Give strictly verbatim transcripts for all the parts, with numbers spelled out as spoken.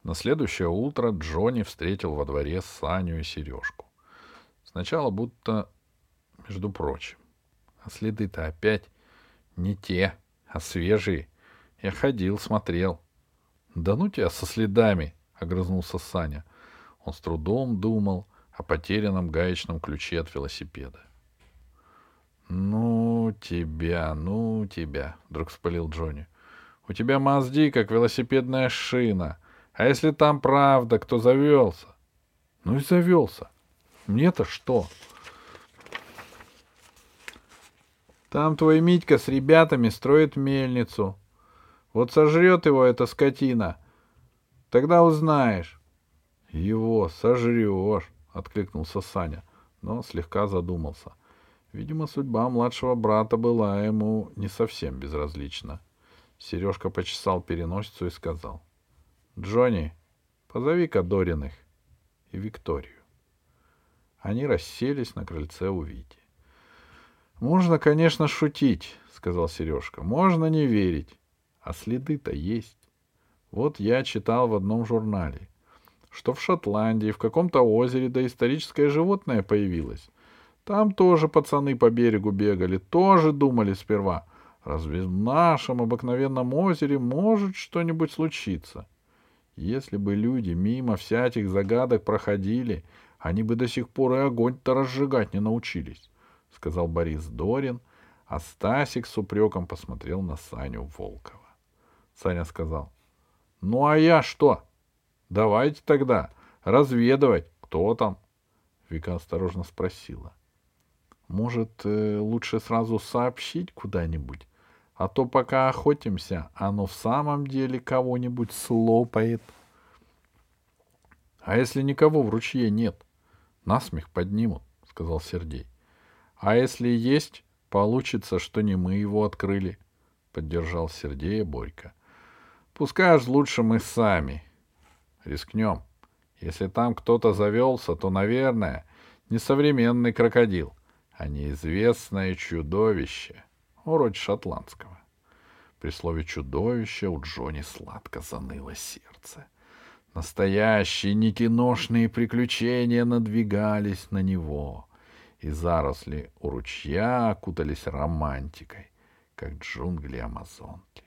На следующее утро Джонни встретил во дворе Саню и Сережку. Сначала будто, между прочим. А следы-то опять не те, а свежие. Я ходил, смотрел. — Да ну тебя со следами! — огрызнулся Саня. Он с трудом думал о потерянном гаечном ключе от велосипеда. — Ну тебя, ну тебя! — вдруг вспылил Джонни. — У тебя мозги, как велосипедная шина. А если там правда, кто завелся? — Ну и завелся. Мне-то что? Там твой Митька с ребятами строит мельницу. Вот сожрет его эта скотина. Тогда узнаешь. — Его сожрешь, — откликнулся Саня, но слегка задумался. Видимо, судьба младшего брата была ему не совсем безразлична. Сережка почесал переносицу и сказал: — Джонни, позови-ка Дориных и Викторию. Они расселись на крыльце у Вити. — Можно, конечно, шутить, — сказал Сережка. — Можно не верить. А следы-то есть. Вот я читал в одном журнале, что в Шотландии в каком-то озере доисторическое животное появилось. Там тоже пацаны по берегу бегали, тоже думали сперва, разве в нашем обыкновенном озере может что-нибудь случиться? Если бы люди мимо всяких загадок проходили, они бы до сих пор и огонь-то разжигать не научились, — сказал Борис Дорин, а Стасик с упреком посмотрел на Саню Волкова. Саня сказал: — Ну а я что? Давайте тогда разведывать, кто там. Вика осторожно спросила: — Может, э, лучше сразу сообщить куда-нибудь? А то пока охотимся, оно в самом деле кого-нибудь слопает. — А если никого в ручье нет? Насмех поднимут, — сказал Сергей. — А если есть, получится, что не мы его открыли, — поддержал Сергея Борька. — Пускай аж лучше мы сами рискнем. Если там кто-то завелся, то, наверное, не современный крокодил, а неизвестное чудовище, вроде шотландского. При слове «чудовище» у Джонни сладко заныло сердце. Настоящие некиношные приключения надвигались на него, и заросли у ручья окутались романтикой, как джунгли Амазонки.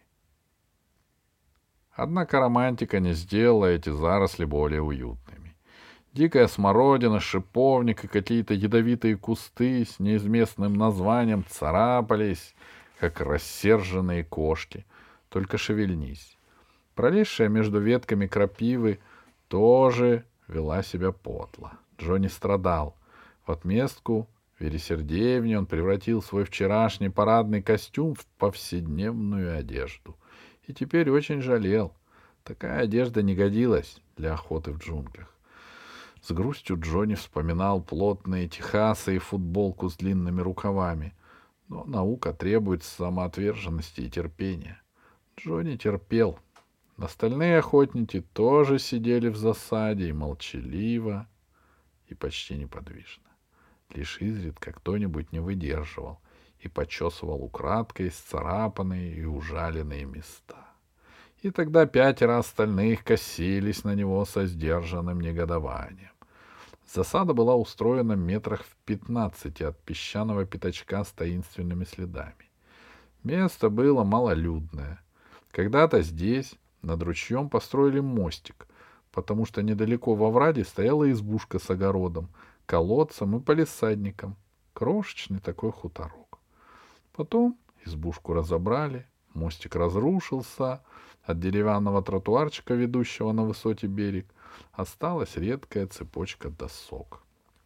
Однако романтика не сделала эти заросли более уютными. Дикая смородина, шиповник и какие-то ядовитые кусты с неизвестным названием царапались, как рассерженные кошки. Только шевельнись. Пролезшая между ветками крапивы тоже вела себя подло. Джонни страдал. В отместку Вере Сергеевне он превратил свой вчерашний парадный костюм в повседневную одежду. И теперь очень жалел. Такая одежда не годилась для охоты в джунглях. С грустью Джонни вспоминал плотные техасы и футболку с длинными рукавами. Но наука требует самоотверженности и терпения. Джонни терпел. Остальные охотники тоже сидели в засаде и молчаливо, и почти неподвижно. Лишь изредка кто-нибудь не выдерживал и почесывал украдкой исцарапанные и ужаленные места. И тогда пятеро остальных косились на него со сдержанным негодованием. Засада была устроена метрах в пятнадцати от песчаного пятачка с таинственными следами. Место было малолюдное. Когда-то здесь над ручьем построили мостик, потому что недалеко во враге стояла избушка с огородом, колодцем и палисадником. Крошечный такой хуторок. Потом избушку разобрали, мостик разрушился, от деревянного тротуарчика, ведущего на высокий берег, осталась редкая цепочка досок.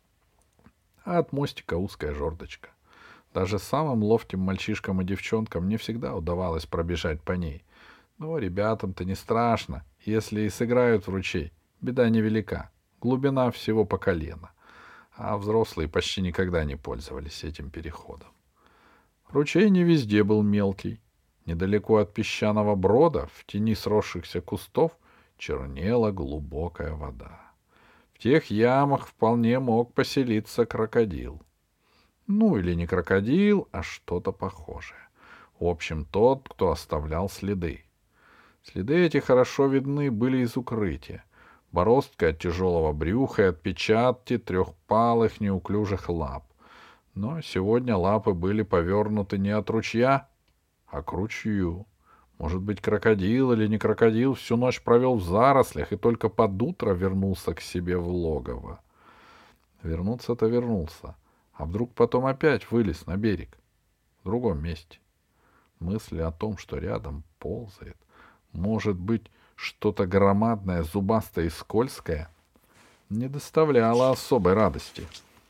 А от мостика узкая жердочка. Даже самым ловким мальчишкам и девчонкам не всегда удавалось пробежать по ней. Но ребятам-то не страшно, если и сыграют в ручей. Беда невелика, глубина всего по колено. А взрослые почти никогда не пользовались этим переходом. Ручей не везде был мелкий. Недалеко от песчаного брода, в тени сросшихся кустов, чернела глубокая вода. В тех ямах вполне мог поселиться крокодил. Ну, или не крокодил, а что-то похожее. В общем, тот, кто оставлял следы. Следы эти хорошо видны были из укрытия. Бороздка от тяжелого брюха и отпечатки трехпалых неуклюжих лап. Но сегодня лапы были повернуты не от ручья, а к ручью. Может быть, крокодил или не крокодил всю ночь провел в зарослях и только под утро вернулся к себе в логово. Вернуться-то вернулся. А вдруг потом опять вылез на берег? В другом месте. Мысли о том, что рядом ползает, может быть, что-то громадное, зубастое и скользкое, не доставляло особой радости.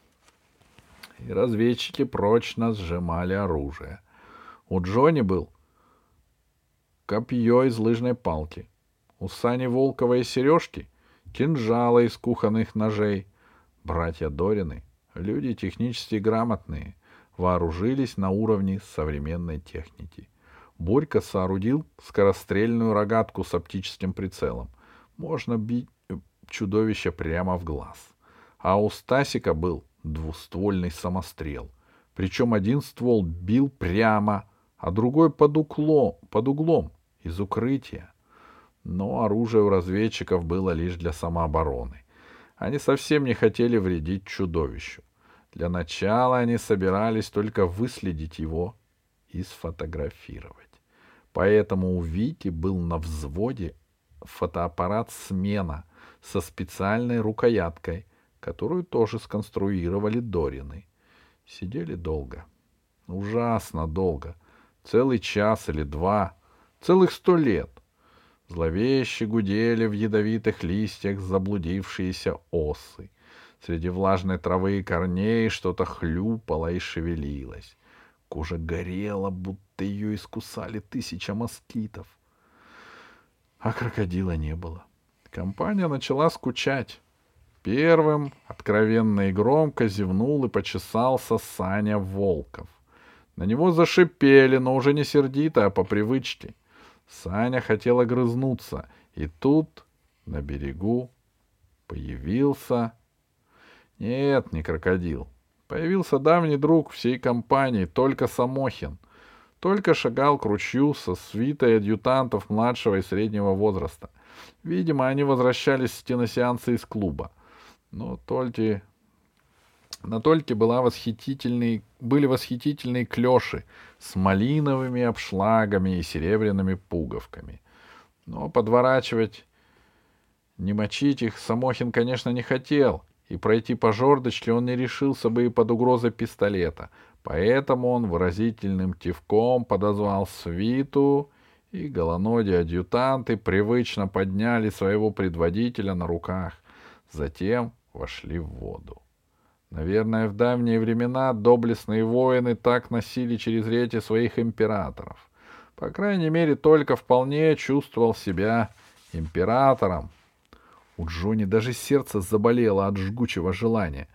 И разведчики прочно сжимали оружие. У Джонни был копье из лыжной палки, у Сани волковые сережки, кинжалы из кухонных ножей. Братья Дорины, люди технически грамотные, вооружились на уровне современной техники. Борька соорудил скорострельную рогатку с оптическим прицелом. Можно бить чудовище прямо в глаз. А у Стасика был двуствольный самострел. Причем один ствол бил прямо, а другой под углом, под углом из укрытия. Но оружие у разведчиков было лишь для самообороны. Они совсем не хотели вредить чудовищу. Для начала они собирались только выследить его и сфотографировать. Поэтому у Вити был на взводе фотоаппарат «Смена» со специальной рукояткой, которую тоже сконструировали Дорины. Сидели долго. Ужасно долго. Целый час или два. Целых сто лет. Зловеще гудели в ядовитых листьях заблудившиеся осы. Среди влажной травы и корней что-то хлюпало и шевелилось. Кожа горела, будто ее искусали тысяча москитов. А крокодила не было. Компания начала скучать. Первым откровенно и громко зевнул и почесался Саня Волков. На него зашипели, но уже не сердито, а по привычке. Саня хотел огрызнуться, и тут на берегу появился... Нет, не крокодил. Появился давний друг всей компании, только Самохин. Только шагал к ручью со свитой адъютантов младшего и среднего возраста. Видимо, они возвращались с киносеанса из клуба. Но Тольке... На Тольке была восхитительные... были восхитительные клёши с малиновыми обшлагами и серебряными пуговками. Но подворачивать, не мочить их Самохин, конечно, не хотел, и пройти по жердочке он не решился бы и под угрозой пистолета. Поэтому он выразительным кивком подозвал свиту, и голоногие адъютанты привычно подняли своего предводителя на руках. Затем вошли в воду. Наверное, в давние времена доблестные воины так носили через реки своих императоров. По крайней мере, только вполне чувствовал себя императором. У Джонни даже сердце заболело от жгучего желания.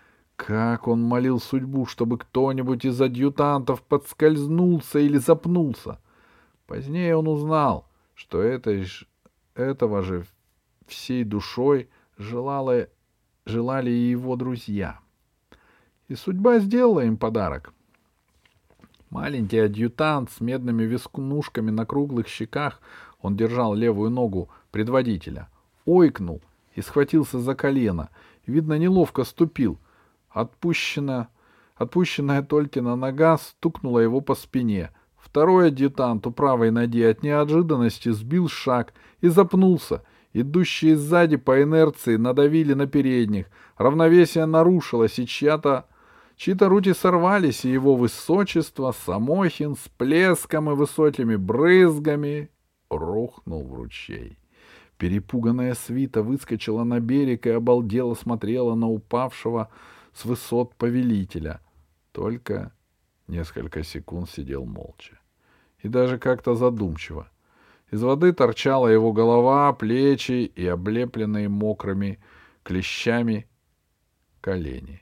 Как он молил судьбу, чтобы кто-нибудь из адъютантов подскользнулся или запнулся. Позднее он узнал, что этой, этого же всей душой желало, желали и его друзья. И судьба сделала им подарок. Маленький адъютант с медными веснушками на круглых щеках, он держал левую ногу предводителя, ойкнул и схватился за колено. Видно, неловко ступил. Отпущена, отпущенная Толькина нога стукнула его по спине. Второй адъютант у правой ноги от неожиданности сбил шаг и запнулся. Идущие сзади по инерции надавили на передних. Равновесие нарушилось, и чья-то Чьи-то руки сорвались, и его высочество Самохин с плеском и высокими брызгами рухнул в ручей. Перепуганная свита выскочила на берег и обалдело смотрела на упавшего с высот повелителя. Только несколько секунд сидел молча. И даже как-то задумчиво. Из воды торчала его голова, плечи и облепленные мокрыми клещами колени.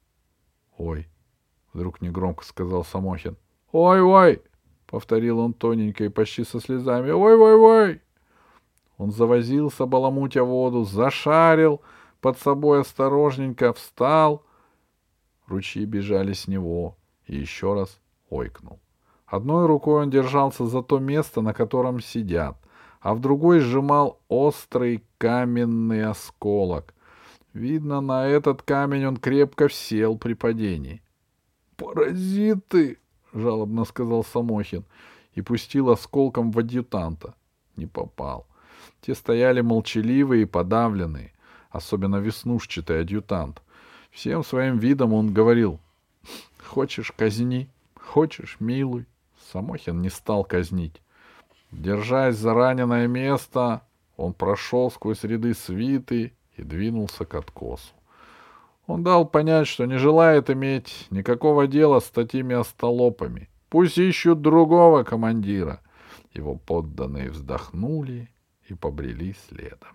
«Ой!» — вдруг негромко сказал Самохин. «Ой-ой!» — повторил он тоненько и почти со слезами. «Ой-ой-ой!» Он завозился, баламутя воду, зашарил под собой осторожненько, встал. Ручьи бежали с него и еще раз ойкнул. Одной рукой он держался за то место, на котором сидят, а в другой сжимал острый каменный осколок. Видно, на этот камень он крепко всел при падении. «Паразиты!» — жалобно сказал Самохин и пустил осколком в адъютанта. Не попал. Те стояли молчаливые и подавленные, особенно веснушчатый адъютант. Всем своим видом он говорил: «Хочешь — казни, хочешь — милуй». Самохин не стал казнить. Держась за раненое место, он прошел сквозь ряды свиты и двинулся к откосу. Он дал понять, что не желает иметь никакого дела с такими остолопами. Пусть ищут другого командира. Его подданные вздохнули и побрели следом.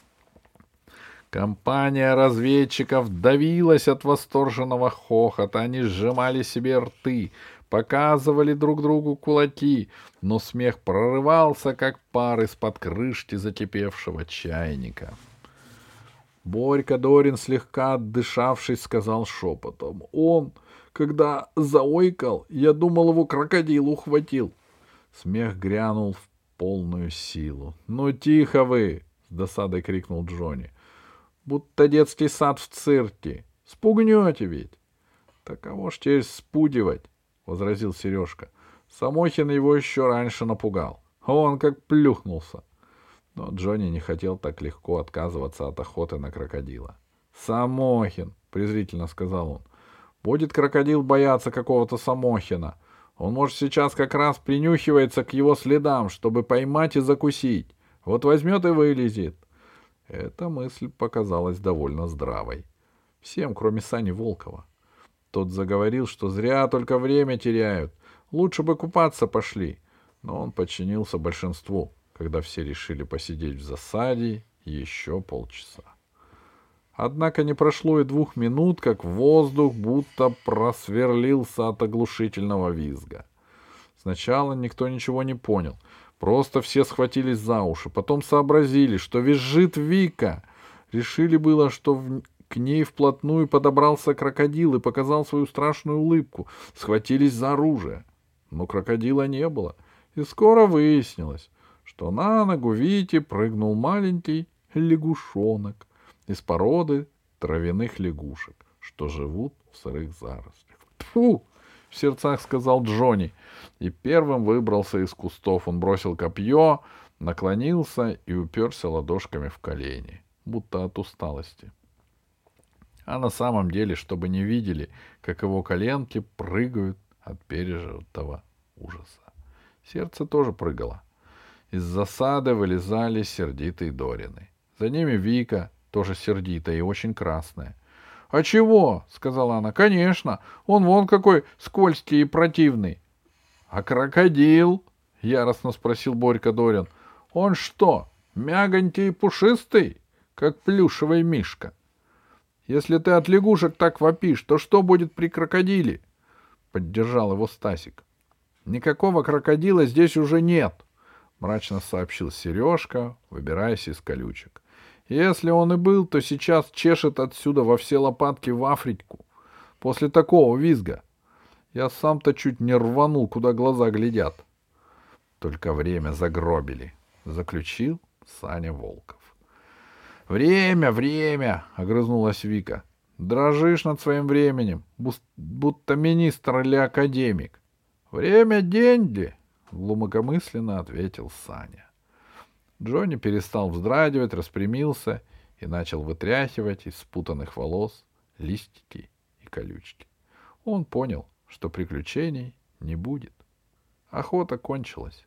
Компания разведчиков давилась от восторженного хохота. Они сжимали себе рты, показывали друг другу кулаки, но смех прорывался, как пар из-под крышки закипевшего чайника. Борька Дорин, слегка отдышавшись, сказал шепотом: «Он, когда заойкал, я думал, его крокодил ухватил». Смех грянул в полную силу. «Ну, тихо вы!» — с досадой крикнул Джонни. «Будто детский сад в цирке. Спугнете ведь!» «Так кого ж теперь спудивать?» — возразил Сережка. Самохин его еще раньше напугал. Он как плюхнулся. Но Джонни не хотел так легко отказываться от охоты на крокодила. «Самохин!» — презрительно сказал он. «Будет крокодил бояться какого-то Самохина. Он, может, сейчас как раз принюхивается к его следам, чтобы поймать и закусить. Вот возьмет и вылезет». Эта мысль показалась довольно здравой. Всем, кроме Сани Волкова. Тот заговорил, что зря только время теряют. Лучше бы купаться пошли. Но он подчинился большинству, когда все решили посидеть в засаде еще полчаса. Однако не прошло и двух минут, как воздух будто просверлился от оглушительного визга. Сначала никто ничего не понял. Просто все схватились за уши. Потом сообразили, что визжит Вика. Решили было, что в... к ней вплотную подобрался крокодил и показал свою страшную улыбку. Схватились за оружие. Но крокодила не было. И скоро выяснилось, что на ногу Вите прыгнул маленький лягушонок из породы травяных лягушек, что живут в сырых зарослях. «Тьфу!» — в сердцах сказал Джонни. И первым выбрался из кустов. Он бросил копье, наклонился и уперся ладошками в колени, будто от усталости. А на самом деле, чтобы не видели, как его коленки прыгают от пережитого ужаса. Сердце тоже прыгало. Из засады вылезали сердитые Дорины. За ними Вика, тоже сердитая и очень красная. — А чего? — сказала она. — Конечно, он вон какой скользкий и противный. — А крокодил? — яростно спросил Борька Дорин. — Он что, мягонький и пушистый, как плюшевый мишка? Если ты от лягушек так вопишь, то что будет при крокодиле? — поддержал его Стасик. — Никакого крокодила здесь уже нет, — мрачно сообщил Сережка, выбираясь из колючек. Если он и был, то сейчас чешет отсюда во все лопатки в Африку. После такого визга. Я сам-то чуть не рванул, куда глаза глядят. Только время загробили, — заключил Саня Волков. — Время, время, — огрызнулась Вика. — Дрожишь над своим временем, будто министр или академик. — Время — деньги, — глубокомысленно ответил Саня. Джонни перестал вздрагивать, распрямился и начал вытряхивать из спутанных волос листики и колючки. Он понял, что приключений не будет. Охота кончилась.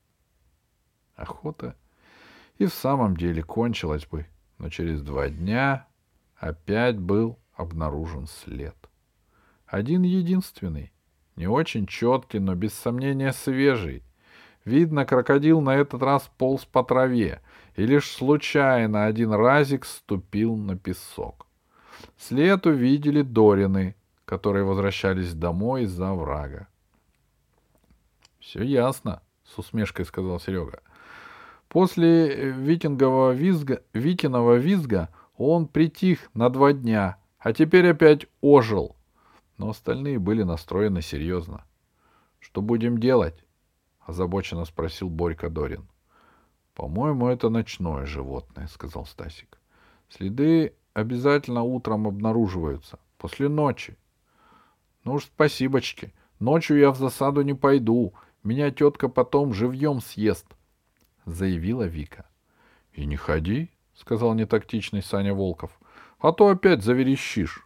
Охота и в самом деле кончилась бы, но через два дня опять был обнаружен след. Один единственный, не очень четкий, но без сомнения свежий. Видно, крокодил на этот раз полз по траве, и лишь случайно один разик ступил на песок. След увидели Дорины, которые возвращались домой из-за оврага. — Все ясно, — с усмешкой сказал Серега. После Витингового визга, Витиного визга он притих на два дня, а теперь опять ожил. Но остальные были настроены серьезно. — Что будем делать? — озабоченно спросил Борька Дорин. — По-моему, это ночное животное, — сказал Стасик. — Следы обязательно утром обнаруживаются, после ночи. — Ну уж спасибочки. Ночью я в засаду не пойду. Меня тетка потом живьем съест, — заявила Вика. — И не ходи, — сказал нетактичный Саня Волков, — а то опять заверещишь.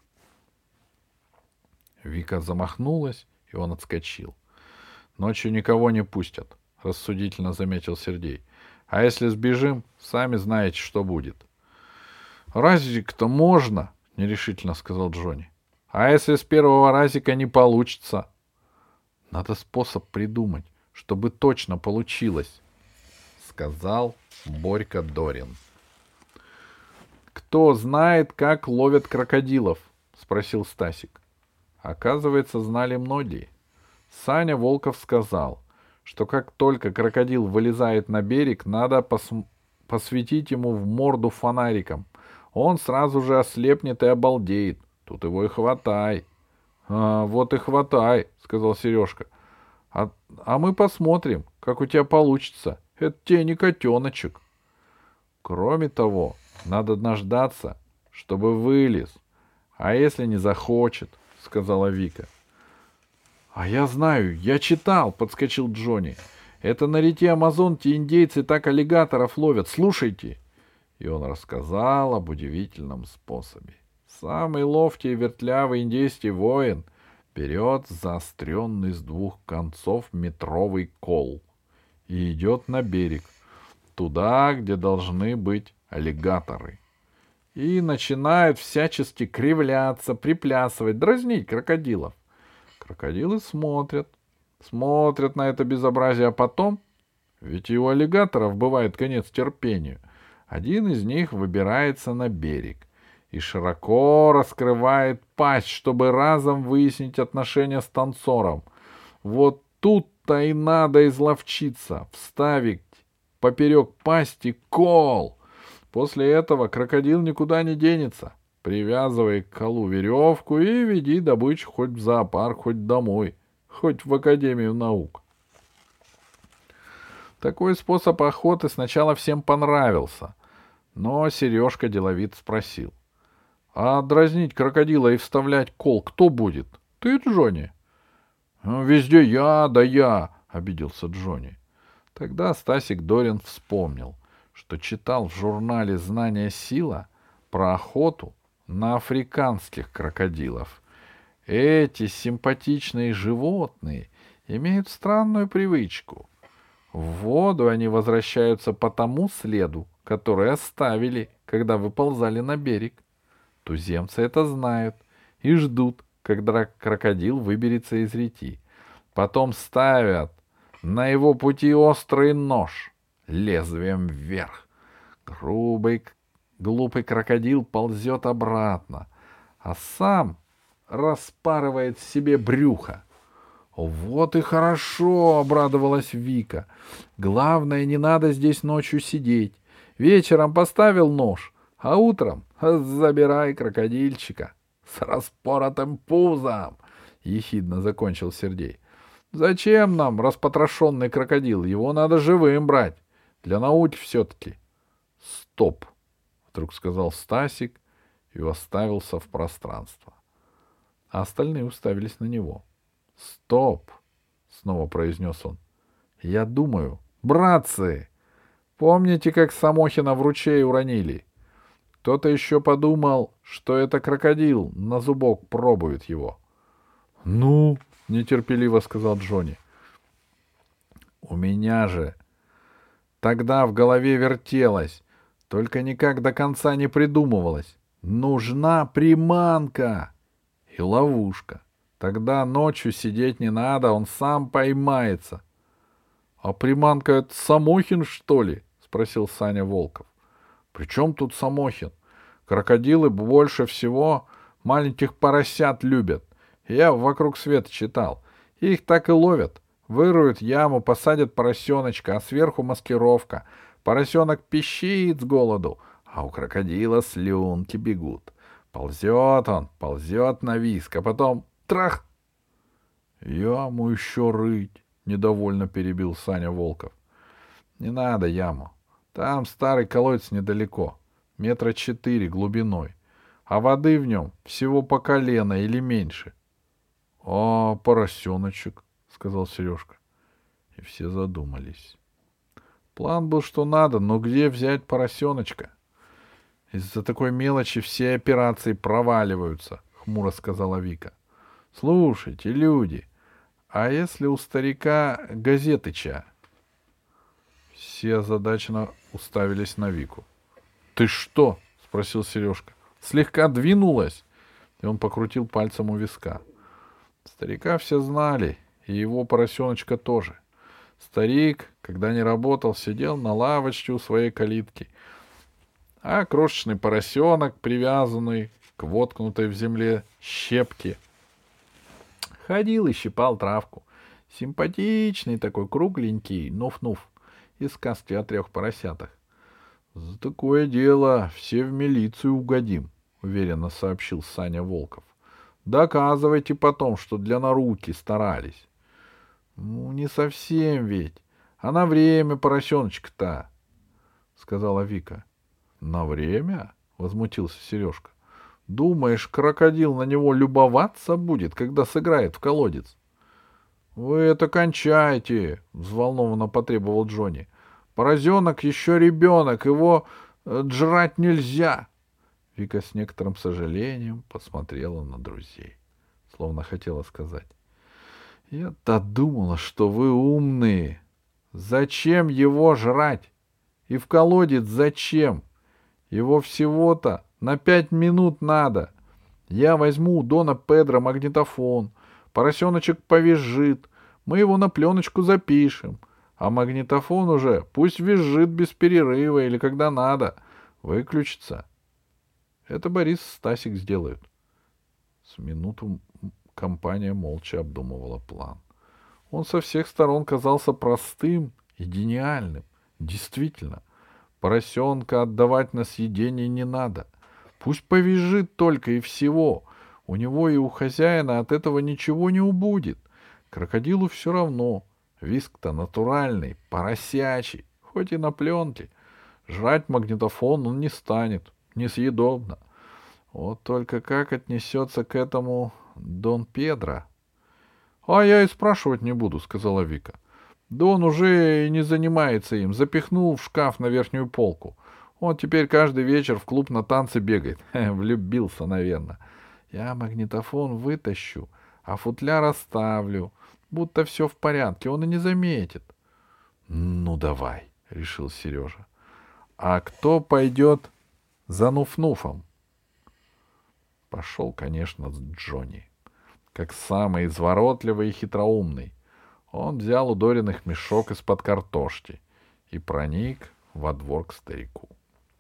Вика замахнулась, и он отскочил. — Ночью никого не пустят, — рассудительно заметил Сергей. — А если сбежим, сами знаете, что будет. — Разик-то можно, — нерешительно сказал Джонни. — А если с первого разика не получится? — Надо способ придумать, чтобы точно получилось, — сказал Борька Дорин. — Кто знает, как ловят крокодилов? — спросил Стасик. Оказывается, знали многие. Саня Волков сказал, что как только крокодил вылезает на берег, надо пос- посветить ему в морду фонариком. Он сразу же ослепнет и обалдеет. Тут его и хватай. — А, вот и хватай, — сказал Сережка. А, — А мы посмотрим, как у тебя получится. Это тебе не котеночек. Кроме того, надо дождаться, чтобы вылез. А если не захочет, — сказала Вика. — А я знаю, я читал, — подскочил Джонни. — Это на реке Амазон те индейцы так аллигаторов ловят. Слушайте. И он рассказал об удивительном способе. Самый ловкий и вертлявый индейский воин берет заостренный с двух концов метровый кол и идет на берег, туда, где должны быть аллигаторы, и начинает всячески кривляться, приплясывать, дразнить крокодилов. Крокодилы смотрят, смотрят на это безобразие, а потом, ведь и у аллигаторов бывает конец терпению, один из них выбирается на берег и широко раскрывает пасть, чтобы разом выяснить отношения с танцором. Вот тут-то и надо изловчиться, вставить поперек пасти кол. После этого крокодил никуда не денется. Привязывай к колу веревку и веди добычу хоть в зоопарк, хоть домой, хоть в Академию наук. Такой способ охоты сначала всем понравился, но Сережка деловит спросил. — А дразнить крокодила и вставлять кол кто будет? Ты, Джонни? — Везде я, да я, — обиделся Джонни. Тогда Стасик Дорин вспомнил, что читал в журнале «Знание сила» про охоту на африканских крокодилов. Эти симпатичные животные имеют странную привычку. В воду они возвращаются по тому следу, который оставили, когда выползали на берег. Туземцы это знают и ждут, когда крокодил выберется из реки. Потом ставят на его пути острый нож лезвием вверх. Грубый, глупый крокодил ползет обратно, а сам распарывает себе брюхо. «Вот и хорошо!» — обрадовалась Вика. «Главное, не надо здесь ночью сидеть. Вечером поставил нож, а утром забирай крокодильчика с распоротым пузом!» — ехидно закончил Сергей. «Зачем нам распотрошенный крокодил? Его надо живым брать. Для науки все-таки». «Стоп!» — вдруг сказал Стасик и уставился в пространство. А остальные уставились на него. «Стоп!» — снова произнес он. «Я думаю, братцы, помните, как Самохина в ручей уронили? Кто-то еще подумал, что это крокодил на зубок пробует его». «Ну?» — нетерпеливо сказал Джонни. «У меня же тогда в голове вертелось, только никак до конца не придумывалось. Нужна приманка и ловушка. Тогда ночью сидеть не надо, он сам поймается». — А приманка — это Самохин, что ли? — спросил Саня Волков. — При чем тут Самохин? Крокодилы больше всего маленьких поросят любят. Я вокруг света читал. Их так и ловят. Выруют яму, посадят поросеночка, а сверху маскировка. Поросенок пищит с голоду, а у крокодила слюнки бегут. Ползет он, ползет на виск, а потом трах! — Яму еще рыть, — недовольно перебил Саня Волков. — Не надо яму. Там старый колодец недалеко, метра четыре глубиной, а воды в нем всего по колено или меньше. — А поросеночек, — сказал Сережка. И все задумались. План был что надо, но где взять поросеночка? — Из-за такой мелочи все операции проваливаются, — хмуро сказала Вика. — Слушайте, люди, а если у старика Газетыча? Все озадаченно уставились на Вику. — Ты что? — спросил Сережка. — Слегка двинулась? И он покрутил пальцем у виска. Старика все знали, и его поросеночка тоже. Старик, когда не работал, сидел на лавочке у своей калитки, а крошечный поросенок, привязанный к воткнутой в земле щепке, ходил и щипал травку. Симпатичный такой, кругленький, нуф-нуф, из сказки о трех поросятах. — За такое дело все в милицию угодим, — уверенно сообщил Саня Волков. — Доказывайте потом, что для науки старались. — Ну, не совсем ведь. А на время поросеночка-то, — сказала Вика. — На время? — возмутился Сережка. — Думаешь, крокодил на него любоваться будет, когда сыграет в колодец? — Вы это кончайте, — взволнованно потребовал Джонни. — Поросенок еще ребенок, его э, жрать нельзя. Вика с некоторым сожалением посмотрела на друзей, словно хотела сказать: — Я-то думала, что вы умные. Зачем его жрать? И в колодец зачем? Его всего-то на пять минут надо. Я возьму у Дона Педро магнитофон, поросеночек повизжит, мы его на пленочку запишем, а магнитофон уже пусть визжит без перерыва или когда надо, выключится. Это Борис и Стасик сделают. С минуту компания молча обдумывала план. Он со всех сторон казался простым и гениальным. Действительно, поросенка отдавать на съедение не надо. Пусть повизжит только и всего. У него и у хозяина от этого ничего не убудет. Крокодилу все равно. Виск-то натуральный, поросячий, хоть и на пленке. Жрать магнитофон он не станет, несъедобно. Вот только как отнесется к этому Дон Педро? — А я и спрашивать не буду, — сказала Вика. — Дон уже и не занимается им, запихнул в шкаф на верхнюю полку. Он теперь каждый вечер в клуб на танцы бегает. Влюбился, наверное. Я магнитофон вытащу, а футляр оставлю, будто все в порядке, он и не заметит. — Ну, давай, — решил Сережа. — А кто пойдет за Нуф-Нуфом? Пошел, конечно, Джонни, как самый изворотливый и хитроумный. Он взял у Дориных мешок из-под картошки и проник во двор к старику.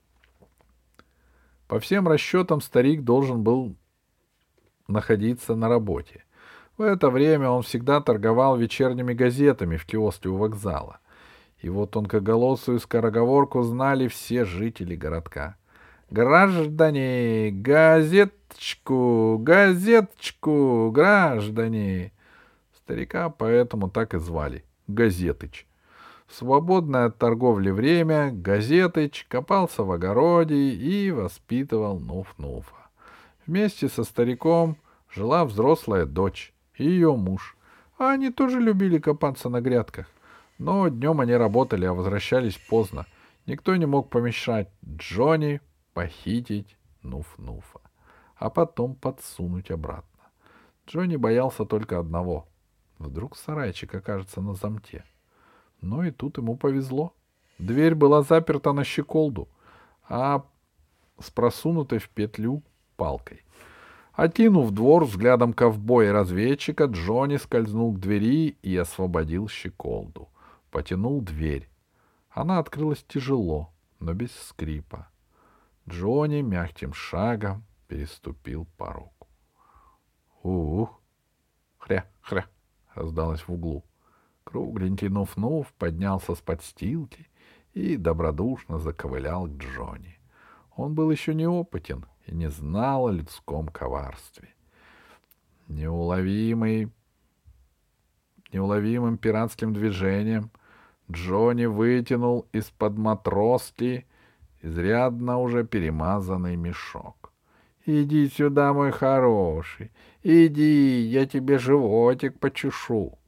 По всем расчетам старик должен был находиться на работе. В это время он всегда торговал вечерними газетами в киоске у вокзала. Его тонкоголосую скороговорку знали все жители городка. «Граждане, газеточку, газеточку, граждане!» Старика поэтому так и звали — Газетыч. В свободное от торговли время Газетыч копался в огороде и воспитывал Нуф-Нуфа. Вместе со стариком жила взрослая дочь и ее муж. А они тоже любили копаться на грядках. Но днем они работали, а возвращались поздно. Никто не мог помешать Джонни похитить Нуф-Нуфа, а потом подсунуть обратно. Джонни боялся только одного. Вдруг сарайчик окажется на замке. Но и тут ему повезло. Дверь была заперта на щеколду, а с просунутой в петлю палкой. Окинув двор взглядом ковбоя-разведчика, Джонни скользнул к двери и освободил щеколду. Потянул дверь. Она открылась тяжело, но без скрипа. Джонни мягким шагом переступил порог. «Ух! Хря-хря!» — раздалось в углу. Кругленький Нуф-Нуф поднялся с подстилки и добродушно заковылял к Джонни. Он был еще неопытен и не знал о людском коварстве. Неуловимый, неуловимым пиратским движением Джонни вытянул из-под матроски изрядно уже перемазанный мешок. — Иди сюда, мой хороший, иди, я тебе животик почешу.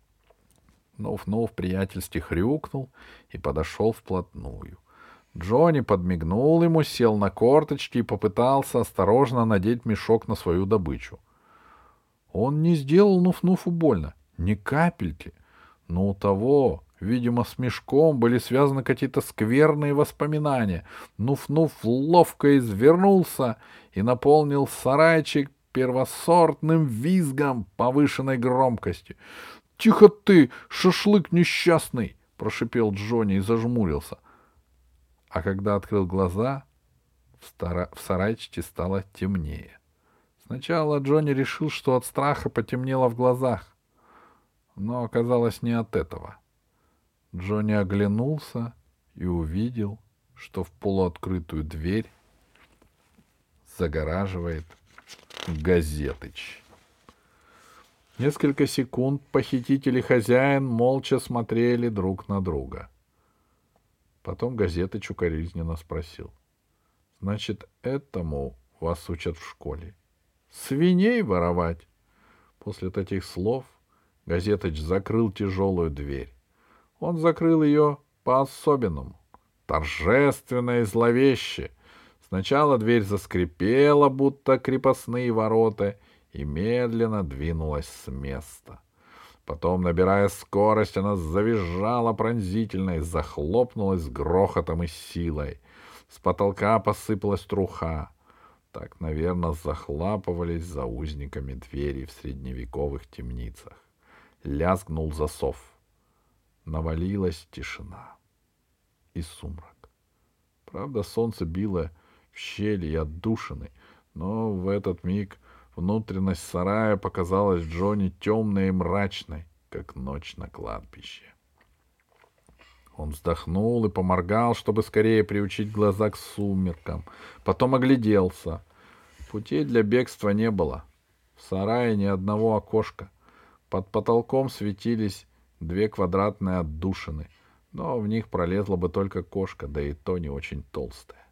Нуф-Нуф приятельски хрюкнул и подошел вплотную. Джонни подмигнул ему, сел на корточки и попытался осторожно надеть мешок на свою добычу. Он не сделал Нуф-Нуфу больно, ни капельки, но у того, видимо, с мешком были связаны какие-то скверные воспоминания. Нуф-Нуф ловко извернулся и наполнил сарайчик первосортным визгом повышенной громкости. — Тихо ты, шашлык несчастный! — прошипел Джонни и зажмурился. А когда открыл глаза, в, стара... в сарайчике стало темнее. Сначала Джонни решил, что от страха потемнело в глазах, но оказалось не от этого. Джонни оглянулся и увидел, что в полуоткрытую дверь загораживает Газетыч. Несколько секунд похититель и хозяин молча смотрели друг на друга. Потом Газетыч укоризненно спросил: — Значит, этому вас учат в школе? Свиней воровать? После таких слов Газетыч закрыл тяжелую дверь. Он закрыл ее по-особенному, торжественно и зловеще. Сначала дверь заскрипела, будто крепостные ворота, и медленно двинулась с места. Потом, набирая скорость, она завизжала пронзительно и захлопнулась с грохотом и силой. С потолка посыпалась труха. Так, наверное, захлапывались за узниками двери в средневековых темницах. Лязгнул засов. Навалилась тишина и сумрак. Правда, солнце било в щели и отдушины, но в этот миг внутренность сарая показалась Джонни темной и мрачной, как ночь на кладбище. Он вздохнул и поморгал, чтобы скорее приучить глаза к сумеркам. Потом огляделся. Путей для бегства не было. В сарае ни одного окошка. Под потолком светились две квадратные отдушины, но в них пролезла бы только кошка, да и то не очень толстая.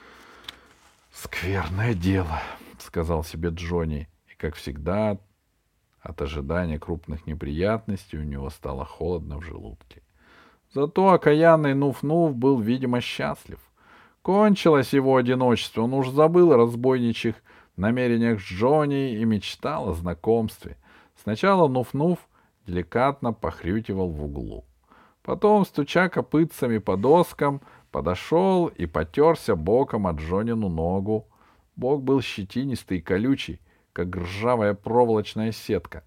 «Скверное дело», — сказал себе Джонни, и, как всегда, от ожидания крупных неприятностей у него стало холодно в желудке. Зато окаянный Нуф-Нуф был, видимо, счастлив. Кончилось его одиночество, он уж забыл о разбойничьих намерениях Джонни и мечтал о знакомстве. Сначала Нуф-Нуф деликатно похрюкивал в углу. Потом, стуча копытцами по доскам, подошел и потерся боком о Джонину ногу. Бок был щетинистый и колючий, как ржавая проволочная сетка.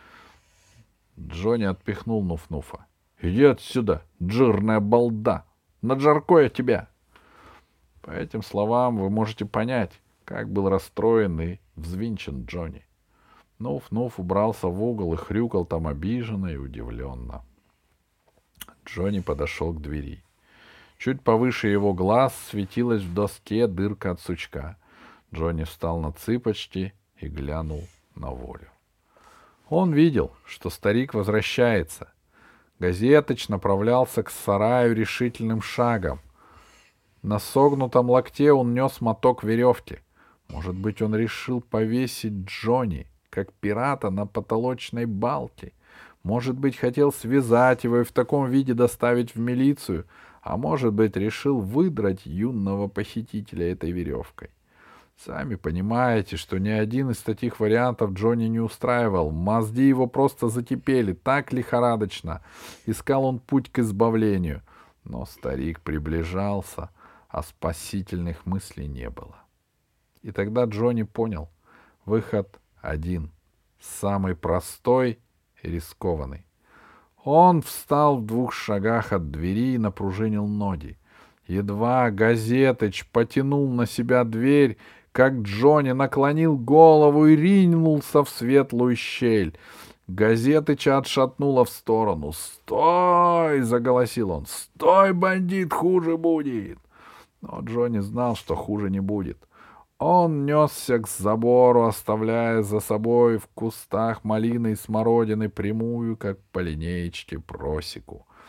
Джонни отпихнул Нуф-Нуфа. — Иди отсюда, жирная балда! Наджарко я тебя! По этим словам вы можете понять, как был расстроен и взвинчен Джонни. Нуф-Нуф убрался в угол и хрюкал там обиженно и удивленно. Джонни подошел к двери. Чуть повыше его глаз светилась в доске дырка от сучка. Джонни встал на цыпочки и глянул на волю. Он видел, что старик возвращается. Газетыч направлялся к сараю решительным шагом. На согнутом локте он нес моток веревки. Может быть, он решил повесить Джонни, как пирата, на потолочной балке. Может быть, хотел связать его и в таком виде доставить в милицию, а может быть, решил выдрать юного похитителя этой веревкой. Сами понимаете, что ни один из таких вариантов Джонни не устраивал. Мозги его просто закипели так лихорадочно. Искал он путь к избавлению. Но старик приближался, а спасительных мыслей не было. И тогда Джонни понял. Выход один. Самый простой и рискованный. Он встал в двух шагах от двери и напружинил ноги. Едва Газетыч потянул на себя дверь, как Джонни наклонил голову и ринулся в светлую щель. Газетыча отшатнуло в сторону. «Стой!» — заголосил он. «Стой, бандит, хуже будет!» Но Джонни знал, что хуже не будет. Он несся к забору, оставляя за собой в кустах малины и смородины прямую, как по линеечке, просеку.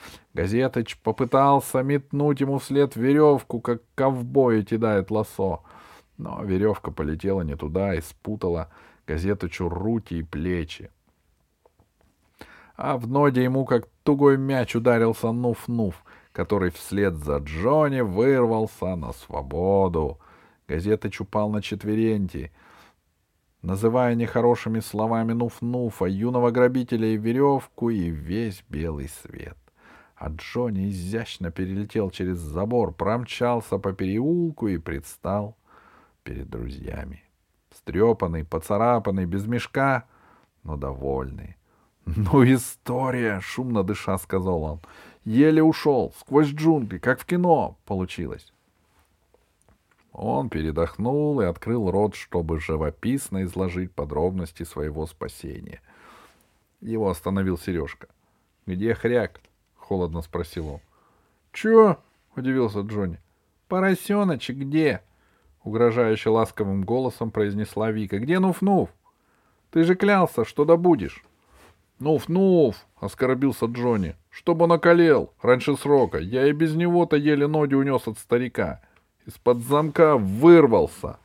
Газетыч попытался метнуть ему вслед веревку, как ковбой кидает лассо. Но веревка полетела не туда и спутала Газетычу руки и плечи. А в ноги ему, как тугой мяч, ударился Нуф-Нуф, который вслед за Джонни вырвался на свободу. Газетыч упал на четвереньки, называя нехорошими словами Нуф-Нуфа, юного грабителя и веревку, и весь белый свет. А Джонни изящно перелетел через забор, промчался по переулку и предстал перед друзьями. Встрепанный, поцарапанный, без мешка, но довольный. — Ну, история! — шумно дыша сказал он. — Еле ушел, сквозь джунгли, как в кино получилось. Он передохнул и открыл рот, чтобы живописно изложить подробности своего спасения. Его остановил Сережка. — Где Хряк? — холодно спросил он. — Чё? — удивился Джонни. — Поросеночек где? — угрожающе ласковым голосом произнесла Вика. — Где Нуф-Нуф? Ты же клялся, что добудешь. — Нуф-Нуф! — оскорбился Джонни. — Чтоб он околел раньше срока. Я и без него-то еле ноги унес от старика. Из-под замка вырвался.